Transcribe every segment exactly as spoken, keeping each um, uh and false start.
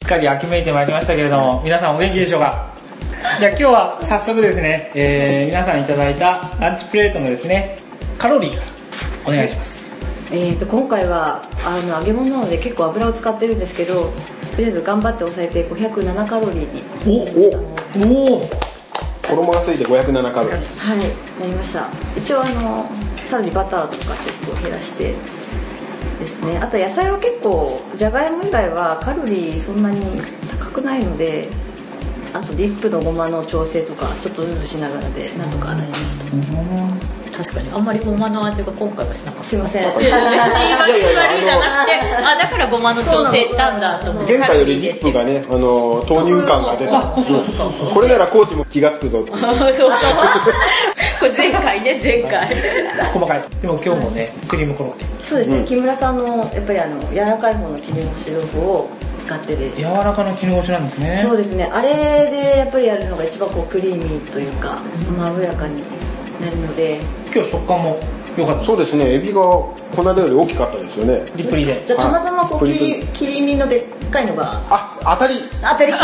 っかり秋めいてまいりましたけれども、皆さんお元気でしょうか。じゃあ今日は早速ですね、えー、皆さんいただいたランチプレートのですねカロリーからお願いします。 えーと今回はあの揚げ物なので結構油を使ってるんですけど、とりあえず頑張って抑えてごひゃくななカロリーにおおお衣がついてごひゃくななカロリー、 はい、なりました。一応あのさらにバターとかちょっと減らしてですね。あと野菜は結構じゃがいも以外はカロリーそんなに高くないので、あとディップのごまの調整とかちょっとずつしながらでなんとかなりました。 確かにあんまりごまの味が今回はしなかった。 すいません。 別に悪いじゃなくて、あだからごまの調整したんだと思って。 前回よりディップがね、あの豆乳感が出た。これならコーチも気がつくぞと。 そうそう。これ前回ね前回。 細かい。でも今日もねクリームコロッケ。 そうですね。うん、木村さんのやっぱりあの柔らかい方の切り干し豆腐を使ってで。 柔らかな切り干しなんですね。 そうですね。あれでやっぱりやるのが一番こうクリーミーというかまろやかになるので。 今日食感も良かった。 そうですね。エビが粉より大きかったですよね。 リップリで。 じゃあたまたまこう切り切り身のでっかいのが。 あ、当たり。 当たり。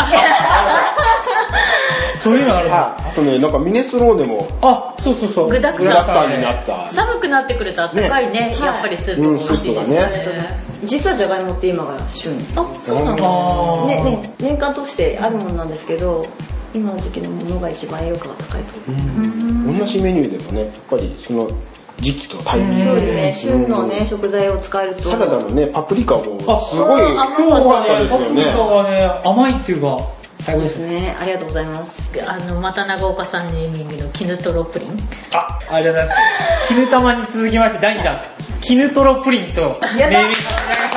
そういうのあるんだ。 あとね、なんかミネストローネも。 あ、そうそうそう。 具だくさんになった。 寒くなってくるとあったかいね。やっぱりスープも美味しいですね。 実はじゃがいもって今が旬。 あ、そうなんだ。 ねね年間通してあるものなんですけど。今の時期のものが一番栄養価が高いと。 同じメニューでもね、やっぱりその時期とタイミング。 そうですね。旬のね食材を使えると。 サラダのねパプリカもすごい今日はねパプリカがね甘いっていうか。 そうですね。ありがとうございます。 あのまた長岡さんに人気の絹とろプリン。 あ、ありがとうございます。絹玉に続きましてだいにだん絹とろプリンと命名していただきました。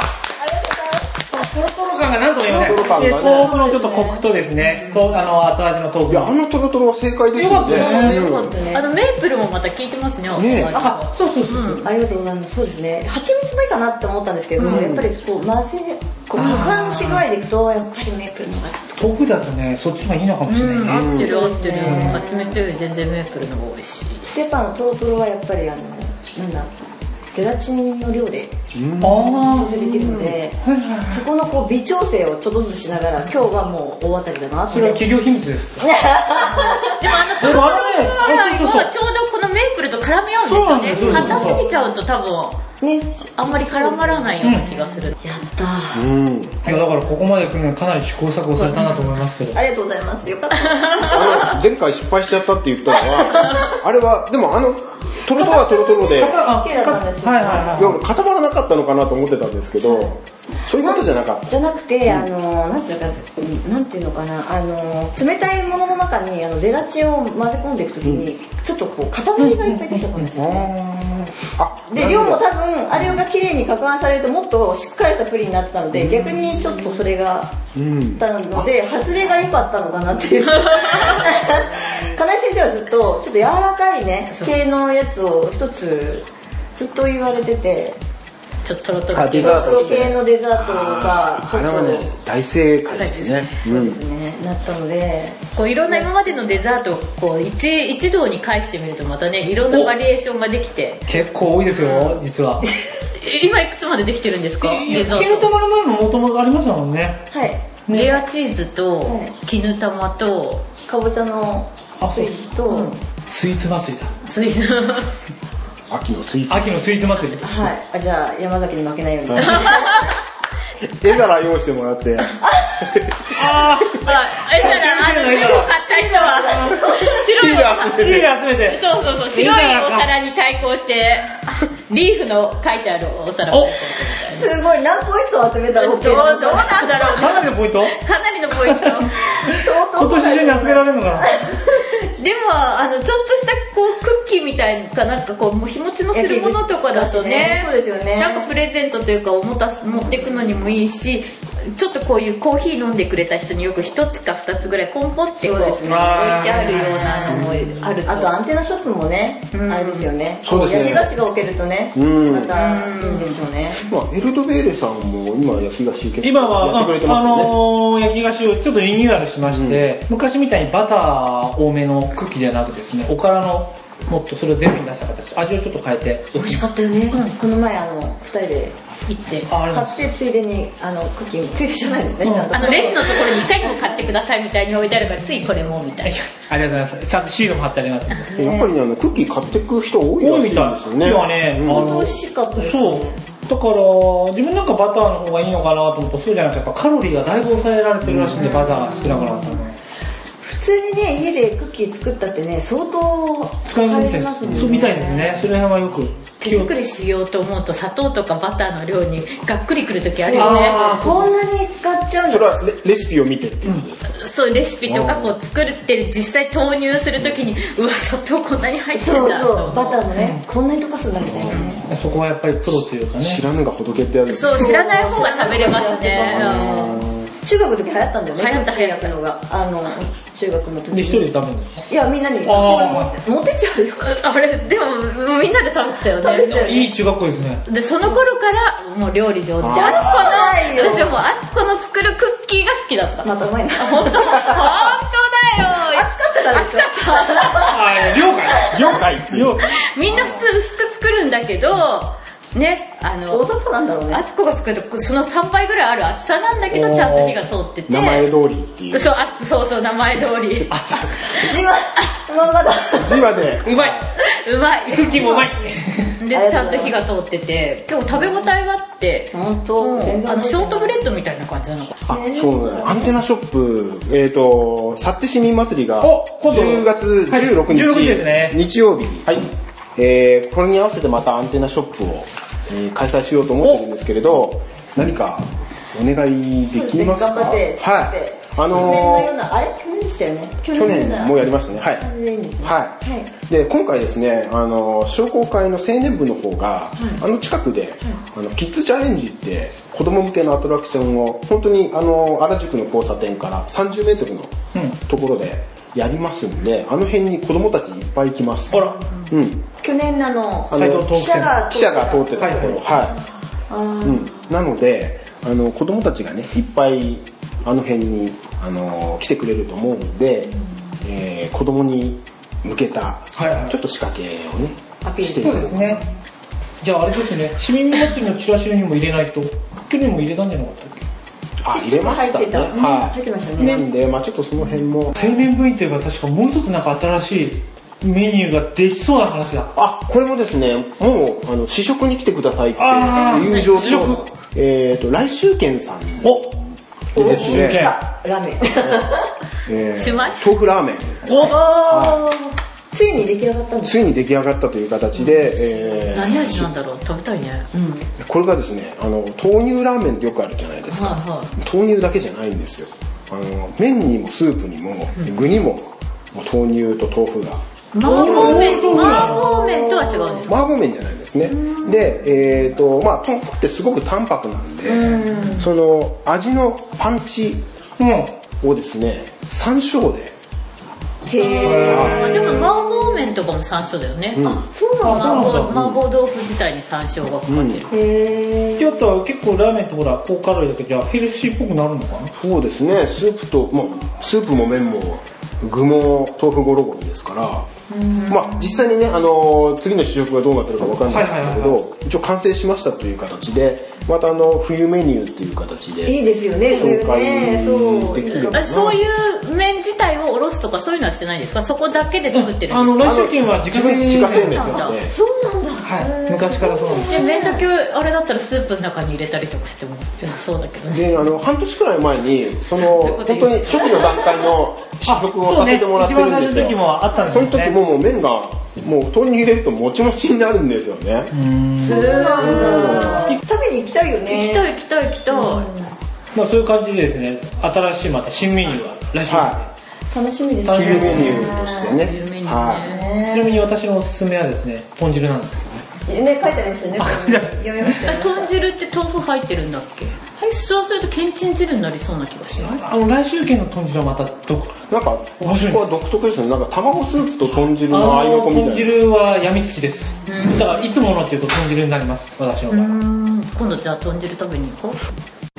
トロトロ感がなんとも言えません。で豆腐のちょっとコクとですね、とあの後味の豆腐。 いやあのトロトロは正解ですよね。 あのメープルもまた効いてますね。 ね。 あ、そうそうそう。 ありがとうございます。そうですね。蜂蜜もいいかなって思ったんですけど、やっぱりこう混ぜこう攪拌し具合でいくとやっぱりメープルの方が豆腐だとねそっちの方がいいのかもしれないね。 合ってる合ってる。蜂蜜より全然メープルの方が美味しい。 やっぱあのトロトロはやっぱりあのなんだ。ゼラチンの量で調整できるので、そこのこう微調整をちょっとずつしながら今日はもう大当たりだなって。 それは企業秘密ですか。 でもあのトロトロはちょうどこのメープルと絡み合うんですよね。硬すぎちゃうと多分ねあんまり絡まらないような気がする。 やったー。いやだからここまで来るのにかなり試行錯誤されたなと思いますけど。 ありがとうございます。よかった。 あの前回失敗しちゃったって言ったのはあれはでもあのトロトロはトロトロで固まらなかったのかなと思ってたんですけど、そういうことじゃなかった。 じゃなくて、あのなんていうかなんていうのかな、あの冷たいものの中にあのゼラチンを混ぜ込んでいくときに、うん、ちょっとこう塊がいっぱいできちゃったんですよね。で量も多分あれが綺麗に攪拌されるともっとしっかりしたプリンになってたので、うん、逆にちょっとそれがたので、うん、外れが良かったのかなっていう金井先生はずっとちょっと柔らかいね系のやつを一つずっと言われてて、 ちょっとトロトロデザート系のデザートがちょっとあれはね大正解ですね。 そうですね、なったのでこういろんな今までのデザートをこう 一, 一堂に返してみるとまたねいろんなバリエーションができて結構多いですよ実は。 今いくつまでできてるんですか？デザート。 絹玉の前ももともとありましたもんね。 はい。 ね、レアチーズと絹玉とかぼちゃのスイーツと、うん、 スイーツ祭りだ。 スイーツ秋のスイーツ秋のスイーツ祭り。 はい。あじゃあ山崎に負けないように。 絵皿用意してもらって。ああ、絵皿あるね。買った人は白いシール集めて。 そうそうそう、白いお皿に対抗してリーフの書いてあるお皿を。 すごい何ポイント集めたの？どうどうなんだろう。 かなりのポイント？ かなりのポイント。 今年中に集められるのかな。 でもあのちょっとしたこうクッキーみたいかなんかこうもう日持ちのするものとかだとね、 そうですよね。 なんかプレゼントというか持た持っていくのにもいいし、ちょっとこういうコーヒー飲んでくれた人によく一つか二つぐらいポンポンってこう置いてあるようなのもあると。 あとアンテナショップもね、あれですよね。 そうですね。 焼き菓子が置けるとね、またいいんでしょうね。 まあエルドベーレさんも今焼き菓子結構今はやってくれてますよね。 あの焼き菓子をちょっとリニューアルしまして、昔みたいにバター多めのクッキーではなくですね、おからのもっとそれを全部に出した形、味をちょっと変えて。 美味しかったよね、うん、この前あのふたりで行って買ってついでにあのクッキーついでじゃないですね、うん、ちゃんとあのレジのところにいかにも買ってくださいみたいに置いてあるからついこれもみたいなありがとうございます。ちゃんとシールも貼ってあります、 ね、やっぱりねあのクッキー買ってく人多いらしいんですよね。 今ね、 うん、美味しかったです。 そうだから自分なんかバターの方がいいのかなと思ったらそうじゃなくてやっぱカロリーがだいぶ抑えられてるらしいんで、うん、バターが少なくなったの。 普通にね家でクッキー作ったってね相当使いますね。そうみたいですね。その辺はよく手作りしようと思うと砂糖とかバターの量にがっくりくる時あるよね。 こんなに使っちゃうんだ。 それは レ, レシピを見てっていうことですか、 うん、そうレシピとかこう作って実際投入する時にうわ砂糖こんなに入ってんだ。 そうそうバターもね、うん、こんなに溶かすんだみたいなね、 うん、そこはやっぱりプロというかね知らぬが仏ってやる。 そう知らない方が食べれますね。 中学の時流行ったんだよね。 流行った流行ったのがあの中学の時にで一人で食べるんですか。 いやみんなに持ってきちゃうよ。 あれでもみんなで食べてたよね。 よねいい中学校ですね。 でその頃からもう料理上手であつこの私はもうあつこの作るクッキーが好きだった。 またうまいな。 本当本当だよ。 熱かったから熱かった。 あ了解了解了解。 みんな普通薄く作るんだけどね、あの大雑把なんだろうね。 あつこが作るとそのさんばいぐらいある厚さなんだけどちゃんと火が通ってて名前通りっていう。 そうあつそうそう名前通り。 じわまんまだ。 じわでうまいうまい。 クッキーもうまい。 でちゃんと火が通ってて結構食べ応えがあって本当、うん、 あのショートブレッドみたいな感じなのか。 あそうね。アンテナショップえっ、ー、と幸手市民祭りがじゅうがつじゅうろくにち、はい、ですね、日曜日、はいえー、これに合わせてまたアンテナショップをえー、開催しようと思ってるんですけれど何かお願いできますか。 頑張ってはい。あのー、 去年のようなあれ去年でしたよね。 去年もやりましたね。はい。はい。で今回ですねあの商工会の青年部の方が、うん、あの近くで、うん、あのキッズチャレンジって子供向けのアトラクションを本当にあの原宿の交差点からさんじゅうメートルのところでやりますんで、あの辺に子供たちいっぱい来ます。 あら。 うん。 去年あのあの記者が記者が通ってたところ、はい。うん、なのであの子供たちがねいっぱいあの辺にあの来てくれると思うので、うんえー、子供に向けた、はいはい、ちょっと仕掛けをねアピールしていく。そうですね。じゃああれですね市民祭りのチラシにも入れないと去年も入れたんじゃなかったっけ。 あ入れましたね。 はい。入ってましたね。 なんでまあちょっとその辺も青年部員といえば確かもう一つなんか新しいメニューができそうな話が。 あこれもですねもうあの試食に来てくださいっていう情報。えっと来週券さんおでですねラーメン、 えー、 シュマイ豆腐ラーメンお、はい、ついに出来上がったんです。 ついに出来上がったという形で、 えー、何味なんだろう食べたいね、 うん、これがですねあの豆乳ラーメンってよくあるじゃないですか、はいはい、豆乳だけじゃないんですよ。あの麺にもスープにも、うん、具にも豆乳と豆腐が麻婆麺麻婆麺とは違うんですか。 麻婆麺じゃないですね。で、えーとまあ、豆腐ってすごく淡白なんで、うんその味のパンチをですね、山椒で。 へー。でも麻婆麺とかも山椒だよね。うん、あ、そうなんだ。麻婆豆腐自体に山椒がかかってる。うん、 へー。ってことは結構ラーメンってほら高カロリーだけどじゃあヘルシーっぽくなるのかな。 そうですね。スープともうスープも麺も具も豆腐ゴロゴロですから。まあ、実際にね、あのー、次の試食がどうなってるか分かんないんですけど、はいはいはいはい、一応完成しましたという形でまたあの冬メニューっていう形でいいですよね紹介できるかな。 そういう麺自体をおろすとかそういうのはしてないですか。そこだけで作ってるんですか。あの来週券は自家製麺ですよね。そうなんだ、 はい、昔からそうなんです。 で麺だけあれだったらスープの中に入れたりとかしてもそうだけどね。 であの半年くらい前にその本当に初期の段階の試食をさせてもらってるんですよ。 その時ももう麺がもう布団に入れるともちもちになるんですよね。 そうなんだ。食べに行きたいよね。 行きたい行きたい行きたい。 まあそういう感じでですね新しいまた新メニューが来週ですね、はい、 楽しみですね。 冬メニューとしてね。はい。 ちなみに私のおすすめはですね豚汁なんですけどね。 ね書いてありましたね。読みましたね。 豚汁って豆腐入ってるんだっけ。はい、そうするとけんちん汁になりそうな気がしない。 あの来週券の豚汁はまた独なんか面白い。ここは独特ですね。なんか卵スープと豚汁の合いの子みたいな。 豚汁はやみつきです。だからいつものっていうと豚汁になります私は。 うん今度じゃあ豚汁食べに行こう。